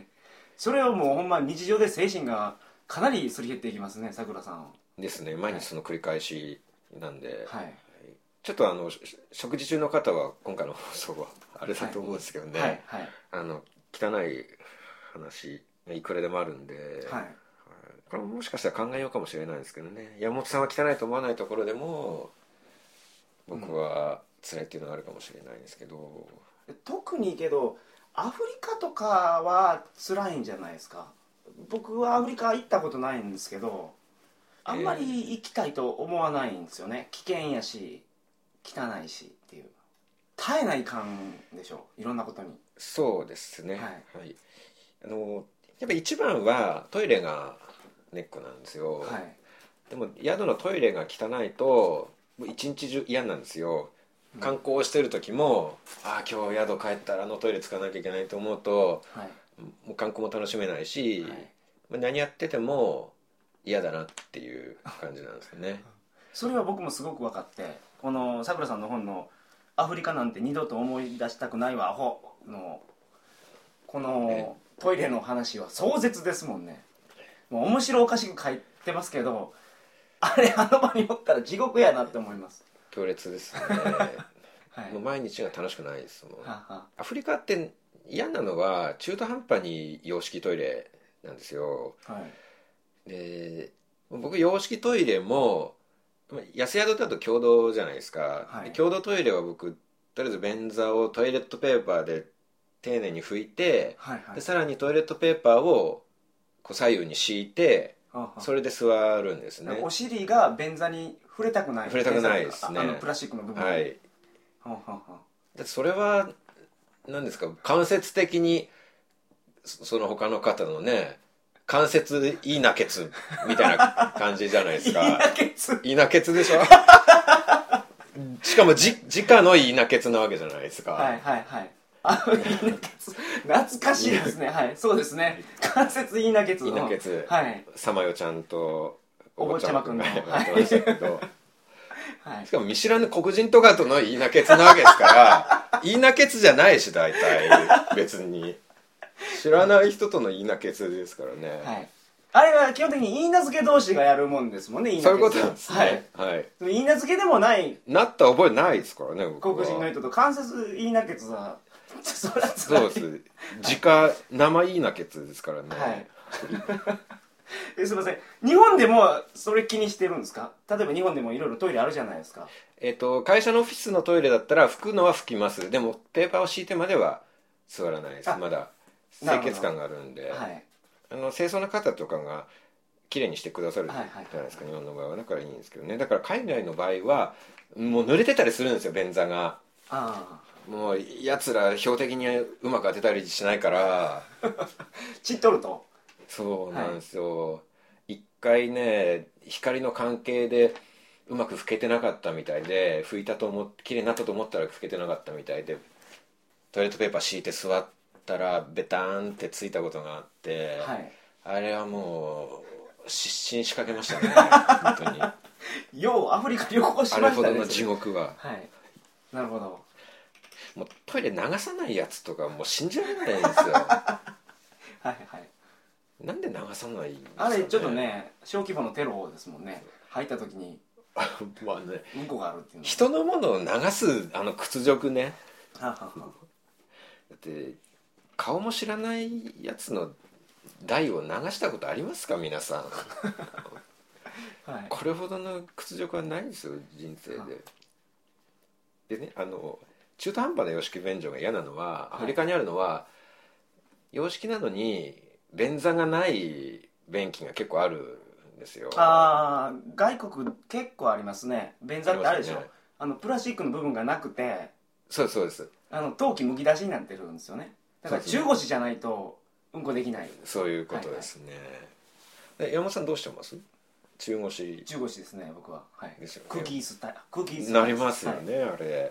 それをもうほんま日常で精神がかなりすり減っていきますね、さくらさんですね。毎日その繰り返しなんで、 はい、 ちょっと食事中の方は今回の放送はあれだと思うんですけどね、 はいはい、 汚い話がいくらでもあるんで、 はい、 これももしかしたら考えようかもしれないですけどね、山本さんは汚いと思わないところでも僕は辛いっていうのがあるかもしれないんですけど、 特にけどアフリカとかは辛いんじゃないですか。僕はアフリカ行ったことないんですけど、あんまり行きたいと思わないんですよね。危険やし汚いしっていう、耐えないかんでしょう、いろんなことに。 そうですね、 はい、 はい、やっぱ一番はトイレがネックなんですよ、 はい、 でも宿のトイレが汚いともう一日中嫌なんですよ。観光してる時も、今日宿帰ったらトイレ使わなきゃいけないと思うと、 はい、 もう観光も楽しめないし、 はい、 何やってても嫌だなっていう感じなんですよねそれは僕もすごく分かって、このさくらさんの本の「アフリカなんて二度と思い出したくないわアホ」のこのトイレの話は壮絶ですもんね。もう面白おかしく書いてますけど、あれあの場におったら地獄やなって思います。 強烈ですねはい、 もう毎日が楽しくないですもん。 はは、 アフリカって嫌なのは中途半端に洋式トイレなんですよ。 はい、 で僕洋式トイレも安宿だと共同じゃないですか、 はい、 共同トイレは僕とりあえず便座をトイレットペーパーで丁寧に拭いて、 はいはい、 でさらにトイレットペーパーをこう左右に敷いて、それで座るんですね。 お尻が便座に触れたくない、 触れたくないですね、 プラスチックの部分、 はい、だってそれは何ですか、間接的にその他の方のね関節いいなケツみたいな感じじゃないですか。いいなケツでしょしかも直のいいなケツなわけじゃないですか。 はいはいはい、いいなケツ懐かしいですね。はい、そうですね、関節いいなケツ、 いいなケツ、 はい、 さまよちゃんとお坊ちゃまくんがやってましたけど、 はい、 しかも見知らぬ黒人とかとのいいなケツなわけですからいいなケツじゃないし大体別に知らない人とのいいなケツですからね、 はい、あれは基本的にいいなずけ同士がやるもんですもんね。いいなそういうことなんですね、 はい、いいなずけでもないなった覚えないですからね僕は。 黒人の人と関節いいなケツはそりゃそうです生いいなケツですからね、 はいすみません、日本でもそれ気にしてるんですか？例えば日本でもいろいろトイレあるじゃないですか。 会社のオフィスのトイレだったら拭くのは拭きます。でもペーパーを敷いてまでは座らないです。まだ清潔感があるんで、 はい、 清掃の方とかがきれいにしてくださるじゃないですか、日本の場合は。だからいいんですけどね。だから海外の場合はもう濡れてたりするんですよ、便座が。もうやつら標的にうまく当てたりしないから散っとるとそうなんですよ、一回ね光の関係でうまく拭けてなかったみたいで、拭いたと綺麗になったと思ったら拭けてなかったみたいで、トイレットペーパー敷いて座ったらベターンってついたことがあって、はい、あれはもう失神しかけましたね本当に。 ようアフリカ旅行しましたね、 あれほどの地獄は。 はい、なるほど。 もうトイレ流さないやつとかもう信じられないんですよはいはい、なんで流さないんですかね。 あれちょっとね小規模のテロですもんね、入った時にまあね、 うんこがあるっていうの、 人のものを流す屈辱ねだって顔も知らないやつの台を流したことありますか皆さんはい、これほどの屈辱はないですよ人生で。でね、中途半端な洋式便所が嫌なのは、アフリカにあるのは洋式なのに便座がない便器が結構あるんですよ。 ああ、外国結構ありますね。便座ってあるでしょ、ね、プラスチックの部分がなくて、 そうですそうです、 陶器むき出しになってるんですよね。だから中腰じゃないとうんこできない。 そういうことですね、はいはい、山本さんどうしてます？中腰ですね僕は、はい、ですよね、空気椅子なりますよね、はい、あれ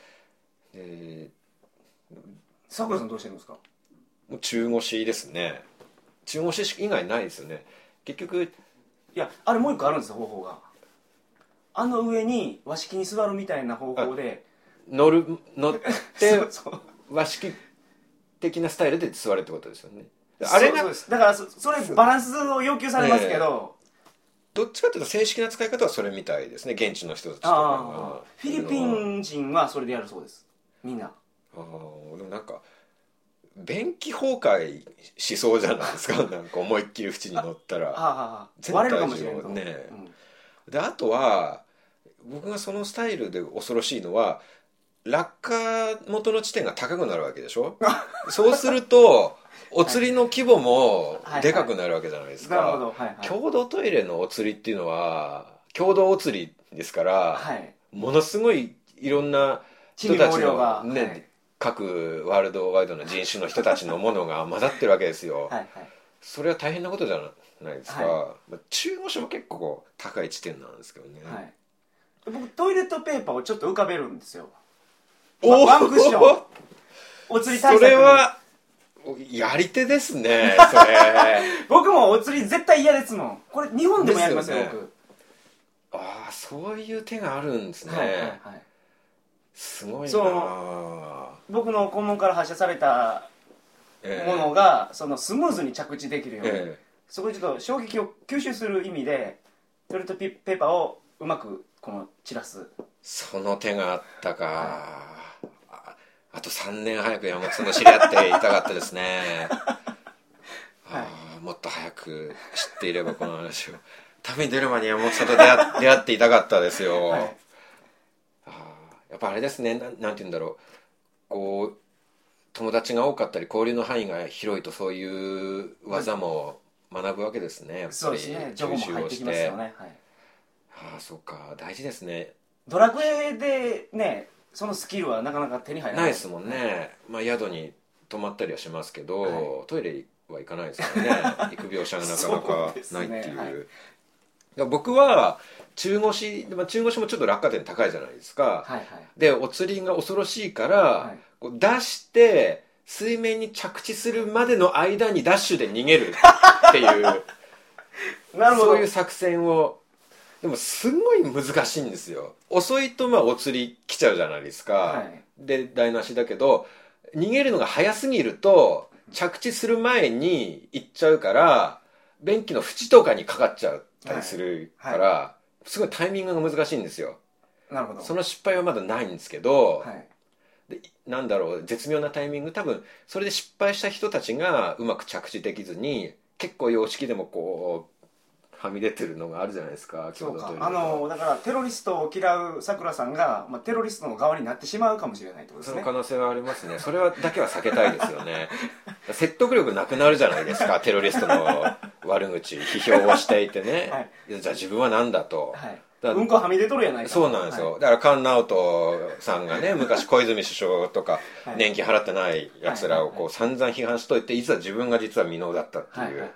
桜さんどうしてるんですか？ もう中腰ですね。中腰以外ないですよね結局。 いや、あれもう一個あるんですよ方法が。上に和式に座るみたいな方法で乗ってそう和式的なスタイルで座るってことですよね。あれがそうです。だからそれバランスを要求されますけど、 どっちかというと正式な使い方はそれみたいですね、現地の人たちとかが。 フィリピン人はそれでやるそうです、みんな。 でもなんか便器崩壊しそうじゃないですかなんか思いっきり縁に乗ったら割れるかもしれないね、うん、であとは僕がそのスタイルで恐ろしいのは落下元の地点が高くなるわけでしょそうするとお釣りの規模もでかくなるわけじゃないですか。共同トイレのお釣りっていうのは共同お釣りですから、はい、ものすごいいろんな人たちのね、はい、各ワールドワイドな人種の人たちのものが混ざってるわけですよはい、はい、それは大変なことじゃないですか、はい、中腰も結構高い地点なんですけどね、はい、 僕トイレットペーパーをちょっと浮かべるんですよ。ワンクッションお釣り対策に。 それはやり手ですねそれ僕もお釣り絶対嫌ですもん。これ日本でもやりますよ、僕。 ああ、そういう手があるんですね、はいはいはい、すごいな。 そう僕の肛門から発射されたものが、そのスムーズに着地できるように、そこでちょっと衝撃を吸収する意味でトイレットペーパーをうまくこの散らす。 その手があったか、はい、あと3年早く山本さんと知り合っていたかったですねはい、もっと早く知っていればこの話を旅に出る前に山本さんと出会っていたかったですよ、はい、やっぱあれですね、なんて言うんだろう、こう友達が多かったり交流の範囲が広いとそういう技も学ぶわけですね、やっぱり。 そうですね、情報も入ってきますよね、はい、 そうか、大事ですね。 ドラクエでね、そのスキルはなかなか手に入らないですもんね、まあ、宿に泊まったりはしますけど、はい、トイレは行かないですからね行く描写がなかなかないっていう、ね、はい、僕は中腰もちょっと落下点高いじゃないですか、はいはい、でお釣りが恐ろしいから、はい、こう出して水面に着地するまでの間にダッシュで逃げるっていうなるほど、そういう作戦を。でもすごい難しいんですよ。遅いとまあお釣り来ちゃうじゃないですか、はい、で台無しだけど逃げるのが早すぎると着地する前に行っちゃうから便器の縁とかにかかっちゃったりするから、はいはい、すごいタイミングが難しいんですよ。 なるほど。 その失敗はまだないんですけど、はい、でなんだろう、絶妙なタイミング、多分それで失敗した人たちがうまく着地できずに結構洋式でもこうはみ出てるのがあるじゃないですか。 そうか、だからテロリストを嫌うさくらさんが、まあ、テロリストの側になってしまうかもしれないってことですね。 その可能性はありますね。それだけは避けたいですよね説得力なくなるじゃないですかテロリストの悪口批評をしていてね、はい、じゃあ自分は何だと、はい、 うんこはみ出とるやないか。 そうなんですよ、はい、だから菅直人さんがね昔小泉首相とか年金払ってないやつらをこう散々批判しといて、いざ自分が実は未納だったっていう、はいはいはいはい、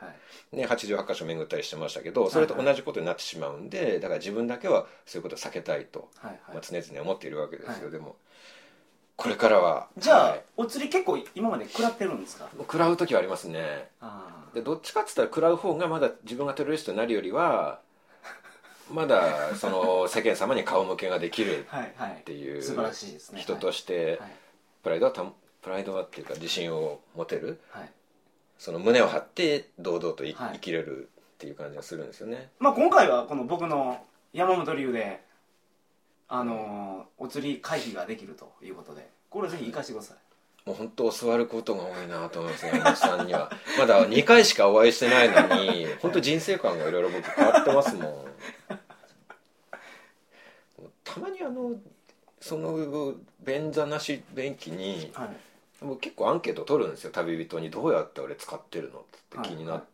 ね、88箇所巡ったりしてましたけど、それと同じことになってしまうんで、だから自分だけはそういうことを避けたいと、常々思っているわけですよ。でもこれからはじゃあ、お釣り結構今まで食らってるんですか？ 食らう時はありますね。でどっちかって言ったら食らう方がまだ自分がトゥルリストになるよりはまだその世間様に顔向けができるっていう人としてプライドはっていうか自信を持てる、その胸を張って堂々と生きれるっていう感じがするんですよね。 まあ今回はこの僕の山本流でお釣り回避ができるということで、これぜひ活かしてください。 もう本当教わることが多いなと思いますね、山本さんには。まだ2回しかお会いしてないのに本当人生観がいろいろ僕変わってますもん。たまにその便座なし便器に、僕結構アンケート取るんですよ、旅人に。どうやって俺使ってるのって気になって、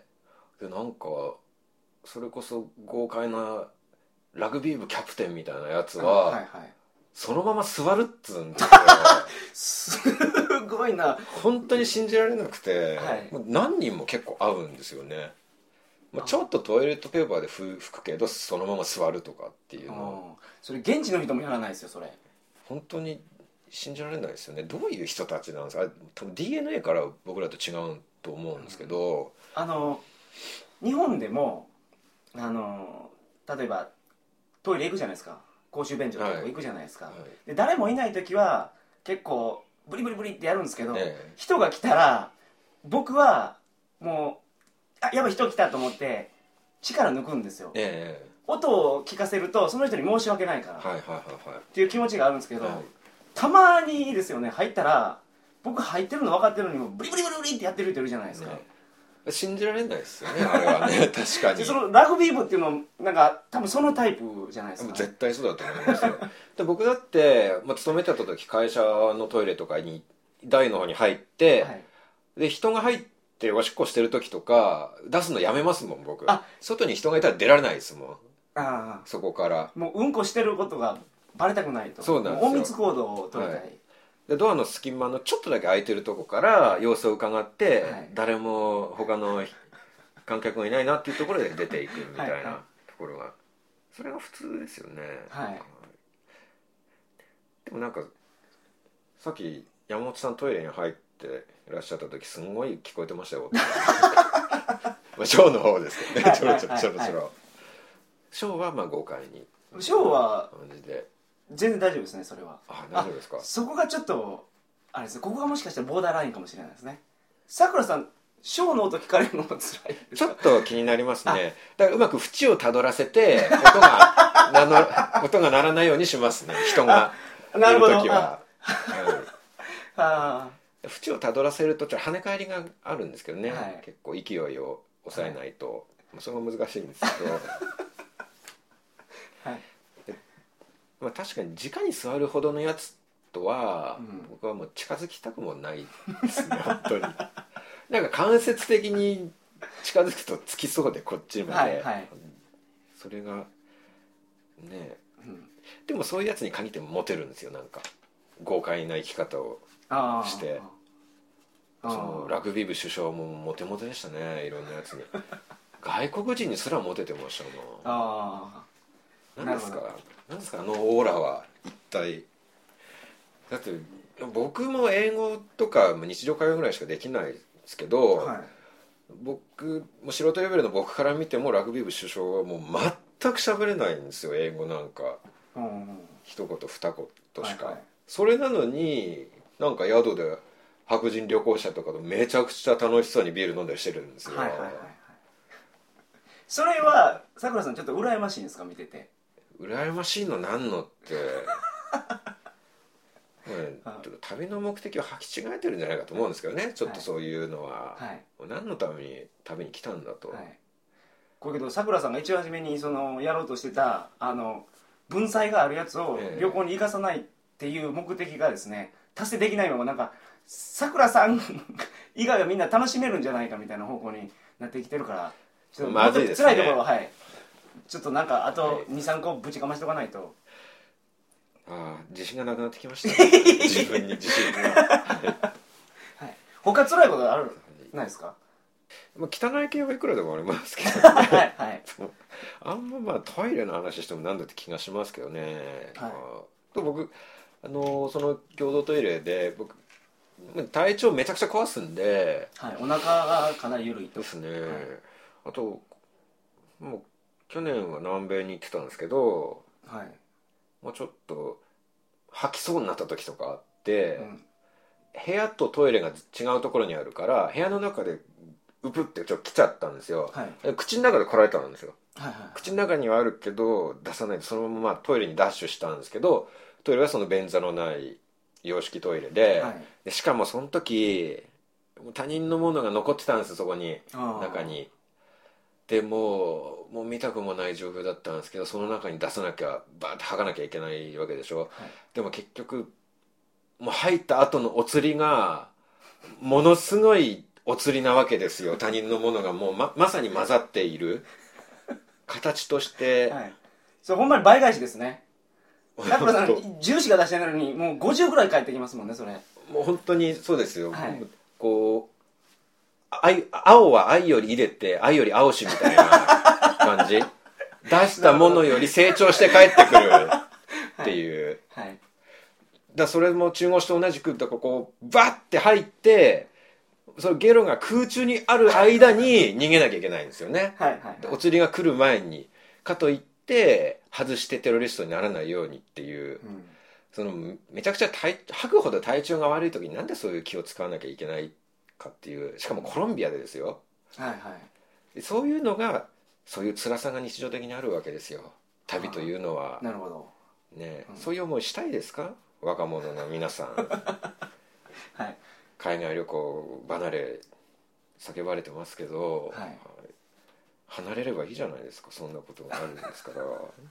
でなんかそれこそ豪快なラグビー部キャプテンみたいなやつは、そのまま座るっつうんですよ。すごいな。 本当に信じられなくて、何人も結構会うんですよね。ちょっとトイレットペーパーで拭くけどそのまま座るとかっていうの。 それ現地の人もやらないですよ、それ。 本当に信じられないですよね。どういう人たちなんですか。多分 DNA から僕らと違うと思うんですけど、 日本でも例えばトイレ行くじゃないですか、公衆便所とか行くじゃないですか、で誰もいない時は結構ブリブリブリってやるんですけど、人が来たら僕はもうやばい人来たと思って力抜くんですよ、音を聞かせるとその人に申し訳ないからっていう気持ちがあるんですけど、たまにですよね、入ったら僕入ってるの分かってるのにもブリブリブリブリってやってる人いるじゃないですか、 信じられないですよね、あれはね。確かにそのラグビー部っていうのなんか多分そのタイプじゃないですか。 絶対そうだと思いますよ。で僕だって、勤めてた時会社のトイレとかに台の方に入って、で人が入っておしっこしてる時とか出すのやめますもん僕。外に人がいたら出られないですもん。そこからもううんこしてることがバレたくないと。 そうなんですよ。 隠密行動を取りたい、 でドアの隙間のちょっとだけ開いてるとこから様子を伺って、誰も他の観客がいないなっていうところで出ていくみたいなところが、それが普通ですよね。でもなんかさっき山本さんトイレに入っていらっしゃった時すんごい聞こえてましたよ。ショーの方ですけどね、ちょろちょろ。ショーは豪快に。 ショーは全然大丈夫ですね、それは。 大丈夫ですか。 そこがちょっとあれですね、ここがもしかしたらボーダーラインかもしれないですね。さくらさん、ショーの音聞かれるのも辛いですか？ ちょっと気になりますね。だからうまく縁をたどらせて音が鳴らないようにしますね、人がいる時は。縁をたどらせるとちょっと跳ね返りがあるんですけどね、結構勢いを抑えないと、それが難しいんですけど。確かに直に座るほどのやつとは、僕はもう近づきたくもないですね、本当に。なんか間接的に近づくとつきそうで、こっちまで、それがね、でもそういうやつに限ってもモテるんですよ。なんか豪快な生き方をして、そのラグビー部首相もモテモテでしたね、いろんなやつに。外国人にすらモテてましたもん。何ですかあのオーラは一体。だって僕も英語とか日常会話ぐらいしかできないですけど、僕も素人レベルの僕から見てもラグビー部首相はもう全く喋れないんですよ、英語なんか。一言二言しか。それなのになんか宿で白人旅行者とかとめちゃくちゃ楽しそうにビール飲んだりしてるんですよ。それはさくらさんちょっと羨ましいんですか、見てて。 羨ましいのなんのって旅の目的を履き違えてるんじゃないかと思うんですけどね、ちょっとそういうのは、何のために旅に来たんだと。 これけどさくらさんが一番初めにやろうとしてた文才があるやつを旅行に行かさないっていう目的がですね、達成できないままなんかさくらさん以外はみんな楽しめるんじゃないかみたいな方向になってきてるから、ちょっとまずいですね、辛いところはちょっとなんかあと 2,3 個ぶちかましとかないと。 自信がなくなってきましたね。自分に自信が。 他辛いことあるないですか？ まあ、汚い系はいくらでもありますけどねはいはい、 あんままあトイレの話してもなんだって気がしますけどね、 はい、 と僕その共同トイレで僕体調めちゃくちゃ壊すんで、 はい、お腹がかなり緩いとですね、 はい、 あともう去年は南米に行ってたんですけど、 はい、 もうちょっと吐きそうになった時とかあって、 うん、 部屋とトイレが違うところにあるから部屋の中でうぷってちょっと来ちゃったんですよ、 はい、 口の中でこられたんですよ。 はいはい、 口の中にはあるけど出さないでそのままトイレにダッシュしたんですけど、トイレはその便座のない洋式トイレで、 はい、 でしかもその時他人のものが残ってたんですよ、そこに中に。でもう見たくもない状況だったんですけど、その中に出さなきゃバーって吐かなきゃいけないわけでしょ、はい、でも結局もう吐いた後のお釣りがものすごいお釣りなわけですよ。他人のものがもう まさに混ざっている形として、 はい、それほんまに倍返しですね。さくらさん10しか出してないのにもう50ぐらい返ってきますもんね、それ。 もう本当にそうですよ、 はい、 こう青は愛より入れて愛より青しみたいな感じ出したものより成長して帰ってくるっていう、はいはい、だそれも中腰と同じくこうバッて入ってそのゲロが空中にある間に逃げなきゃいけないんですよねはいはい、はい、お釣りが来る前にかといって外してテロリストにならないようにっていう、うん、そのめちゃくちゃ吐くほど体調が悪い時になんでそういう気を使わなきゃいけないかっていう、しかもコロンビアでですよ、はいはい、そういうのがそういう辛さが日常的にあるわけですよ、旅というのは。 なるほど、 ね、うん、そういう思いしたいですか、若者の皆さん、はい、海外旅行離れ叫ばれてますけど、はい、離れればいいじゃないですか、そんなことがあるんですから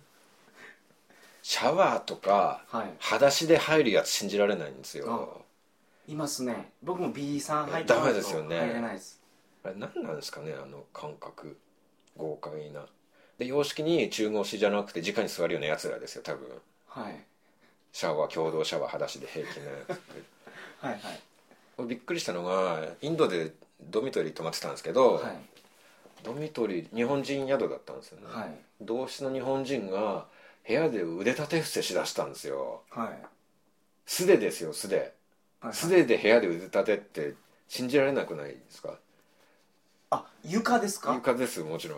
シャワーとか、はい、裸足で入るやつ信じられないんですよ。 いますね。僕も B さん入ってますけどダメですよね。入れないです。 あれ何なんですかね、あの感覚、豪快な。で洋式に中腰じゃなくて直に座るようなやつらですよ多分。はい。シャワー共同シャワー裸足で平気なやつってはいはい。びっくりしたのがインドでドミトリー泊まってたんですけど、はい、ドミトリー日本人宿だったんですよね。はい。同室の日本人が部屋で腕立て伏せしだしたんですよ。はい。素手ですよ、素手。素手で部屋で腕立てって信じられなくないですか。 あ、床ですか。 床です、もちろん。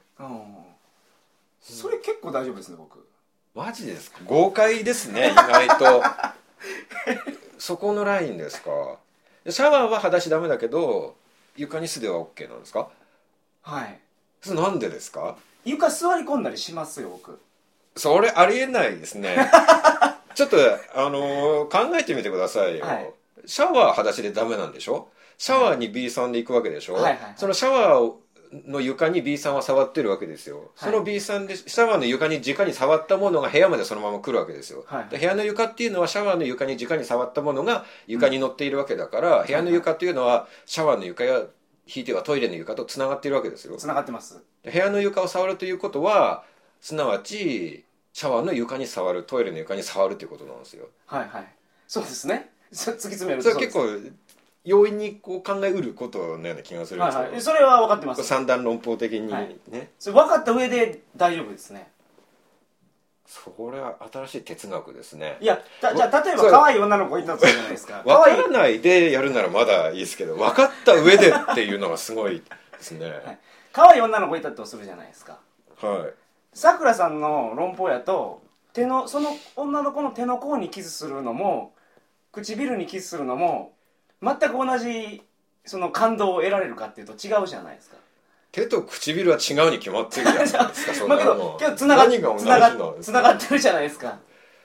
それ結構大丈夫ですね、僕。 マジですか。豪快ですね、意外とそこのラインですか。シャワーは裸足ダメだけど床に素手は OK なんですか。はい。それなんでですか。 床座り込んだりしますよ、僕。 それありえないですねちょっと考えてみてくださいよ、はい、シャワー裸足でダメなんでしょ。シャワーに B さんで行くわけでしょ、はいはいはい、そのシャワーの床に B さんは触ってるわけですよ、はい、その B さんでシャワーの床に直に触ったものが部屋までそのまま来るわけですよ、はい、部屋の床っていうのはシャワーの床に直に触ったものが床に乗っているわけだから、うん、部屋の床っていうのはシャワーの床やひいてはトイレの床とつながっているわけですよ。 つながってます。 部屋の床を触るということはすなわちシャワーの床に触る、トイレの床に触るということなんですよ。 はいはい、そうですね。突き詰めるとそれは結構容易にこう考えうることのような気がするんですけど、はいはい、 それは分かってます。 三段論法的にね、はい、 それ分かった上で大丈夫ですね。 それは新しい哲学ですね。 いや、じゃあ例えば可愛い女の子いたとするじゃないですか分からないでやるならまだいいですけど、分かった上でっていうのがすごいですね、はい、 可愛い女の子いたとするじゃないですか。 はい。 さくらさんの論法やとその女の子の手の甲にキスするのも唇にキスするのも全く同じその感動を得られるかっていうと違うじゃないですか。 手と唇は違うに決まってるじゃないですかそんなの。 けどつながってるじゃないですか。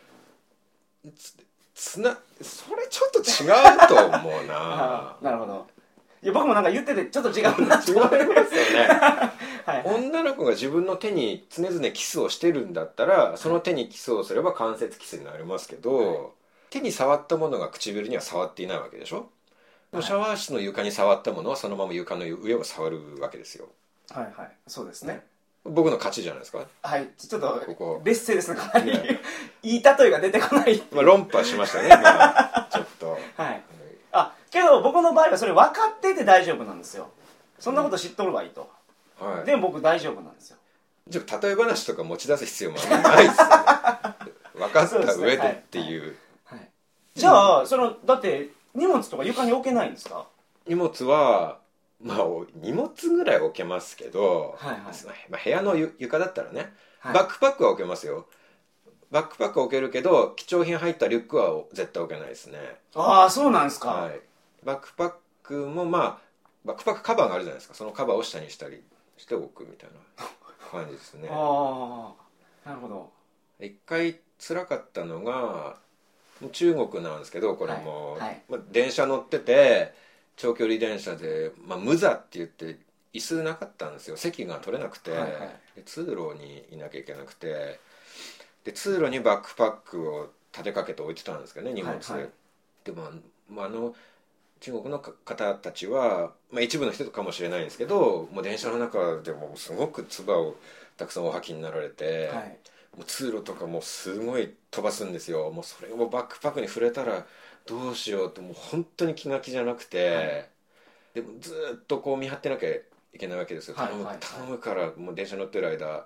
それちょっと違うと思うななるほど。いや僕もなんか言っててちょっと違うなと思いますよねはい、女の子が自分の手に常々キスをしてるんだったらその手にキスをすれば間接キスになりますけど、はい、手に触ったものが唇には触っていないわけでしょ。はい、シャワー室の床に触ったものはそのまま床の上を触るわけですよ。 はいはい、そうですね。 僕の勝ちじゃないですか。 はい、ちょっと劣勢ですね、かなりいい例えが出てこない。 まあ論破しましたね、まあ、ちょっとはい。けど僕の場合はそれ分かってて大丈夫なんですよ。 そんなこと知っとるわいいと、 はい、 でも僕大丈夫なんですよ。 じゃあ例え話とか持ち出す必要もあんまないですよね分かった上でっていう、 はいはい、じゃあだって荷物とか床に置けないんですか？ 荷物はまあ荷物ぐらい置けますけど、 はいはい、 まあ、部屋の床だったらね、はい、バックパックは置けますよ。バックパックは置けるけど貴重品入ったリュックは絶対置けないですね。 ああそうなんですか、 はい、バックパックもまあバックパックカバーがあるじゃないですか。そのカバーを下にしたりしておくみたいな感じですねああなるほど。 一回辛かったのが中国なんですけど、これも、はいはい、まあ、電車乗ってて長距離電車で、まあ、無座って言って椅子なかったんですよ。席が取れなくて、はいはい、で通路にいなきゃいけなくて、で通路にバックパックを立てかけて置いてたんですけどね、荷物、はいはい、でも、まあ、中国の方たちは、まあ、一部の人かもしれないんですけど、もう電車の中でもすごく唾をたくさんお吐きになられて、はい、もう通路とかもすごい飛ばすんですよ。もうそれをバックパックに触れたらどうしようって、もう本当に気が気じゃなくて、はい、でもずっとこう見張ってなきゃいけないわけですよ。頼むからもう電車乗ってる間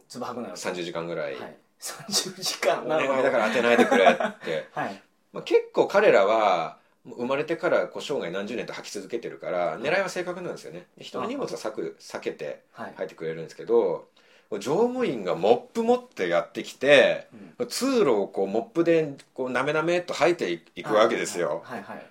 30時間ぐらい、はい、 30時間お願いだから当てないでくれって、はい、まあ、結構彼らは生まれてから生涯何十年と履き続けてるから狙いは正確なんですよね。人の荷物は避けて入ってくれるんですけど、乗務員がモップ持ってやってきて、うん、通路をこうモップでこうなめなめっと吐いていくわけですよ、はいはいはい、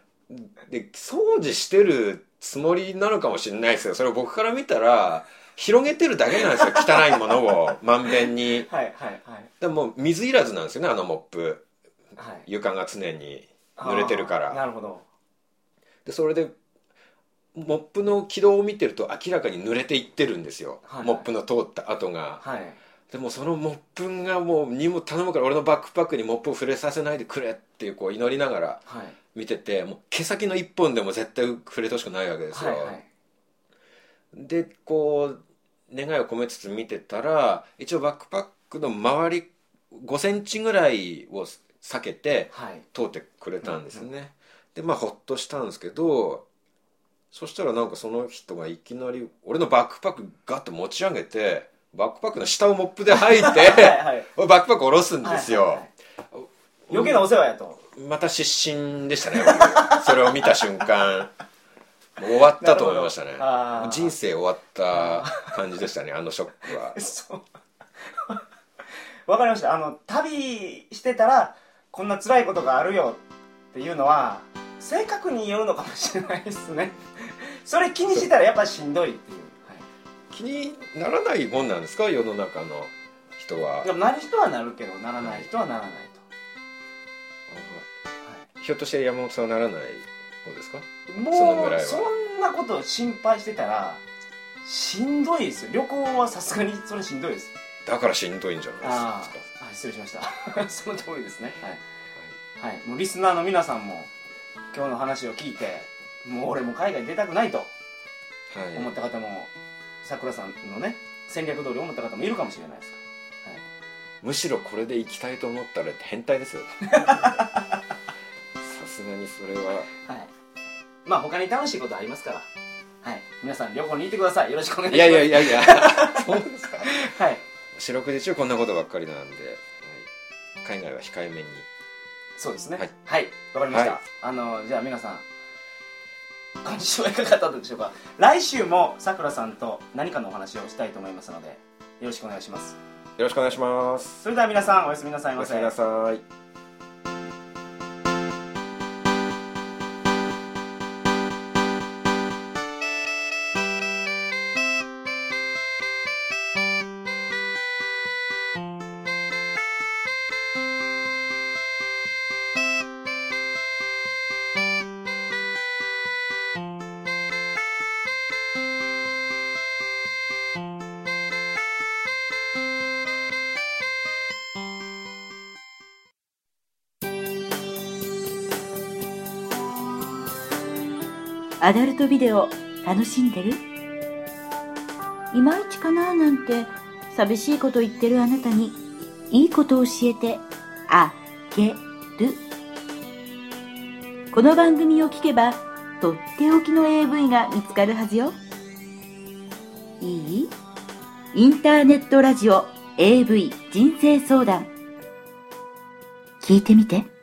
で掃除してるつもりなのかもしれないですよ。それを僕から見たら広げてるだけなんですよ汚いものをまんべんにはいはい、はい、でも水いらずなんですよね、あのモップ、はい、床が常に濡れてるから。 なるほど。 でそれでモップの軌道を見てると明らかに濡れていってるんですよ、はいはい、モップの通った跡が、はい、でもそのモップがもう荷物頼むから俺のバックパックにモップを触れさせないでくれっていう、こう祈りながら見てて、はい、もう毛先の一本でも絶対触れてほしくないわけですよ、はいはい、でこう願いを込めつつ見てたら、一応バックパックの周り5センチぐらいを避けて通ってくれたんですね、はい、うんうん、でまあほっとしたんですけど、そしたらなんかその人がいきなり俺のバックパックガッと持ち上げて、バックパックの下をモップで吐いてはい、バックパック下ろすんですよ、はいはいはい、 余計なお世話やと。 また失神でしたねそれを見た瞬間もう終わったと思いましたね。人生終わった感じでしたねあのショックは。 そうわかりました。旅してたらこんな辛いことがあるよっていうのは性格によるのかもしれないですねそれ気にしたらやっぱりしんどいっていう、はい、 気にならないもんなんですか世の中の人は。 でもなる人はなるけどならない人はならないと、 はい、ひょっとして山本さんはならない方ですか？ もうそんなこと心配してたらしんどいですよ。旅行はさすがにそれしんどいです。 だからしんどいんじゃないですか。 失礼しましたその通りですね、はいはい、もうリスナーの皆さんも今日の話を聞いてもう俺も海外出たくないと思った方も、さくらさんのね戦略通り思った方もいるかもしれないですから、はい、 むしろこれで行きたいと思ったら変態ですよさすがにそれは、はい、 まあ他に楽しいことありますから、はい、皆さん旅行に行ってください。よろしくお願いします。 いやそうですかはい、四六時中こんなことばっかりなんで、はい、海外は控えめに。 そうですね、はい、わかりました、はい、じゃあ皆さん今週はいかがだったでしょうか。来週もさくらさんと何かのお話をしたいと思いますのでよろしくお願いします。 よろしくお願いします。 それでは皆さんおやすみなさいませ。 おやすみなさい。 アダルトビデオ楽しんでる？いまいちかななんて寂しいこと言ってるあなたにいいことを教えてあげる。この番組を聞けばとっておきの AV が見つかるはずよ。 いい？インターネットラジオ AV 人生相談。聞いてみて。